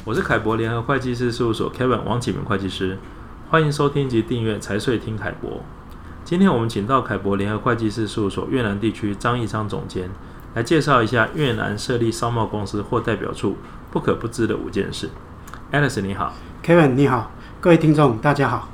我是凯博联合会计师事务所 Kevin 王启明会计师，欢迎收听及订阅财税听凯博。今天我们请到凯博联合会计师事务所越南地区张义昌总监来介绍一下越南设立商贸公司或代表处不可不知的5件事。Alice 你好。 Kevin 你好，各位听众大家好。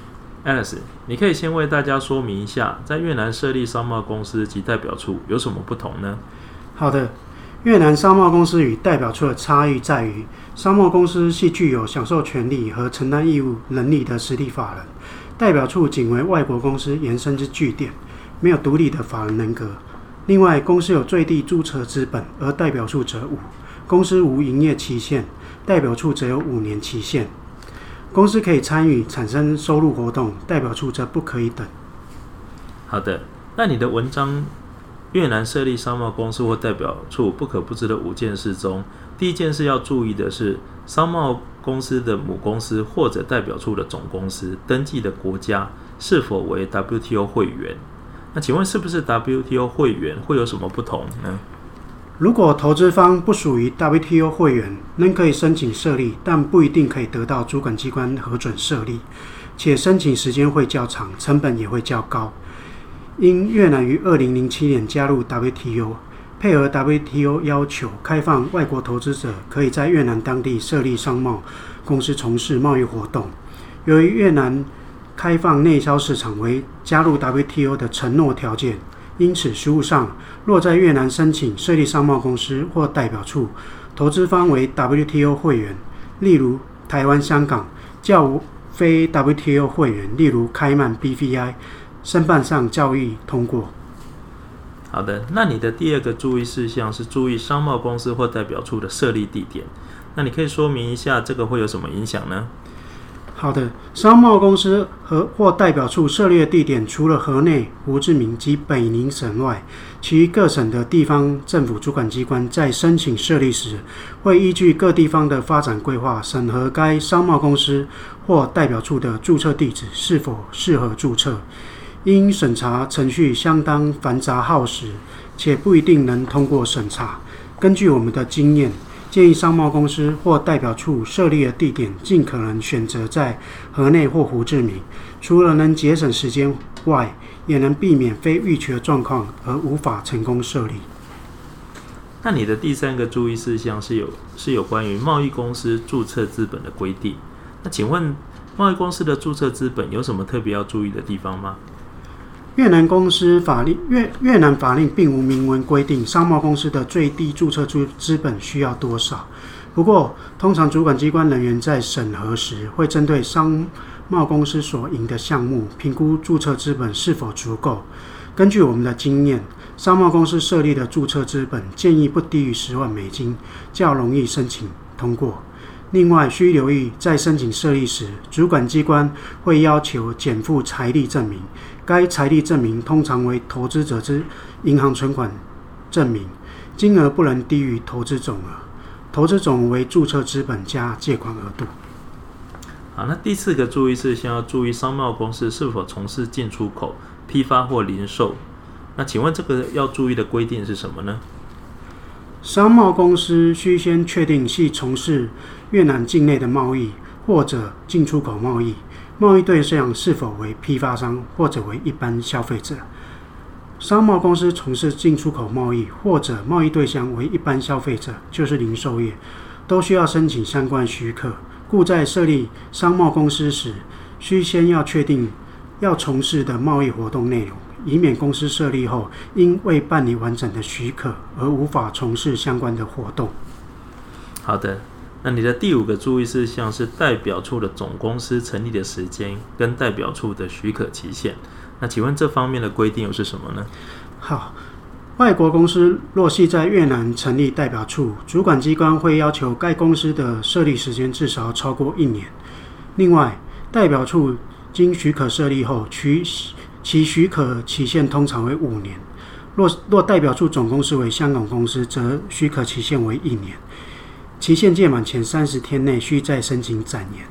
Alice， 你可以先为大家说明一下，在越南设立商贸公司及代表处有什么不同呢？ 好的，越南商贸公司与代表处的差异在于，商贸公司是具有享受权利和承担义务能力的实体法人，代表处仅为外国公司延伸之据点，没有独立的法人人格。另外，公司有最低注册资本，而代表处则无。公司无营业期限，代表处则有5年期限。公司可以参与产生收入活动，代表处则不可以等。 好的，那你的文章越南设立商贸公司或代表处不可不知的5件事中，第一件事要注意的是，商贸公司的母公司或者代表处的总公司登记的国家是否为 WTO 会员。那请问是不是 WTO 会员会有什么不同呢？ 如果投资方不属于 WTO 会员，仍可以申请设立，但不一定可以得到主管机关核准设立，且申请时间会较长，成本也会较高。因越南于2007年加入 WTO， 配合 WTO 要求开放外国投资者可以在越南当地设立商贸公司从事贸易活动。由于越南开放内销市场为加入 WTO 的承诺条件，因此实务上，若在越南申请设立商贸公司或代表处，投资方为 WTO 会员，例如台湾、香港，较无非 WTO 会员，例如开曼、BVI， 申办上较易通过。 好的，那你的第二个注意事项是注意商贸公司或代表处的设立地点，那你可以说明一下这个会有什么影响呢？ 好的，商贸公司或代表处设立的地点，除了河内、胡志明及北宁省外，其余各省的地方政府主管机关在申请设立时，会依据各地方的发展规划，审核该商贸公司或代表处的注册地址是否适合注册。因审查程序相当繁杂耗时，且不一定能通过审查。根据我们的经验，建议商贸公司或代表处设立的地点尽可能选择在河内或胡志明，除了能节省时间外，也能避免非预期的状况而无法成功设立。 那你的第三个注意事项是有关于贸易公司注册资本的规定。那请问贸易公司的注册资本有什么特别要注意的地方吗？ 越南法令并无明文规定商贸公司的最低注册资本需要多少。不过，通常主管机关人员在审核时，会针对商贸公司所营的项目，评估注册资本是否足够。根据我们的经验，商贸公司设立的注册资本建议不低于$10万，较容易申请通过。另外，需留意，在申请设立时，主管机关会要求减负财力证明。该财力证明通常为投资者之银行存款证明，金额不能低于投资总额。投资总额为注册资本加借款额度。 好，那第4个注意事项要注意商贸公司是否从事进出口、批发或零售。那请问这个要注意的规定是什么呢？ 商贸公司需先确定系从事越南境内的贸易或者进出口贸易，贸易对象是否为批发商或者为一般消费者。商贸公司从事进出口贸易或者贸易对象为一般消费者，就是零售业，都需要申请相关许可。故在设立商贸公司时，需先要确定要从事的贸易活动内容，以免公司设立后因未办理完整的许可而无法从事相关的活动。 好的，那你的第5个注意事项是代表处的总公司成立的时间跟代表处的许可期限。那请问这方面的规定又是什么呢？ 好，外国公司若系在越南成立代表处，主管机关会要求该公司的设立时间至少超过1年。另外，代表处经许可设立后，其许可期限通常为5年。若代表处总公司为香港公司，则许可期限为1年。期限届满前30天内需再申请展延。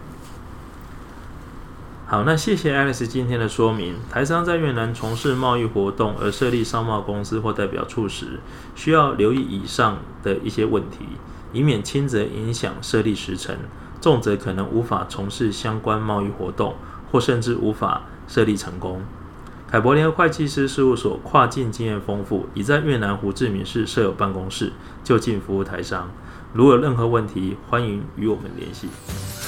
好，那谢谢 Alice 今天的说明。台商在越南从事贸易活动而设立商贸公司或代表处时，需要留意以上的一些问题。 以免轻则影响设立时程，重则可能无法从事相关贸易活动，或甚至无法设立成功。凯博联合会计师事务所跨境经验丰富，已在越南胡志明市设有办公室，就近服务台商。如有任何问题，欢迎与我们联系。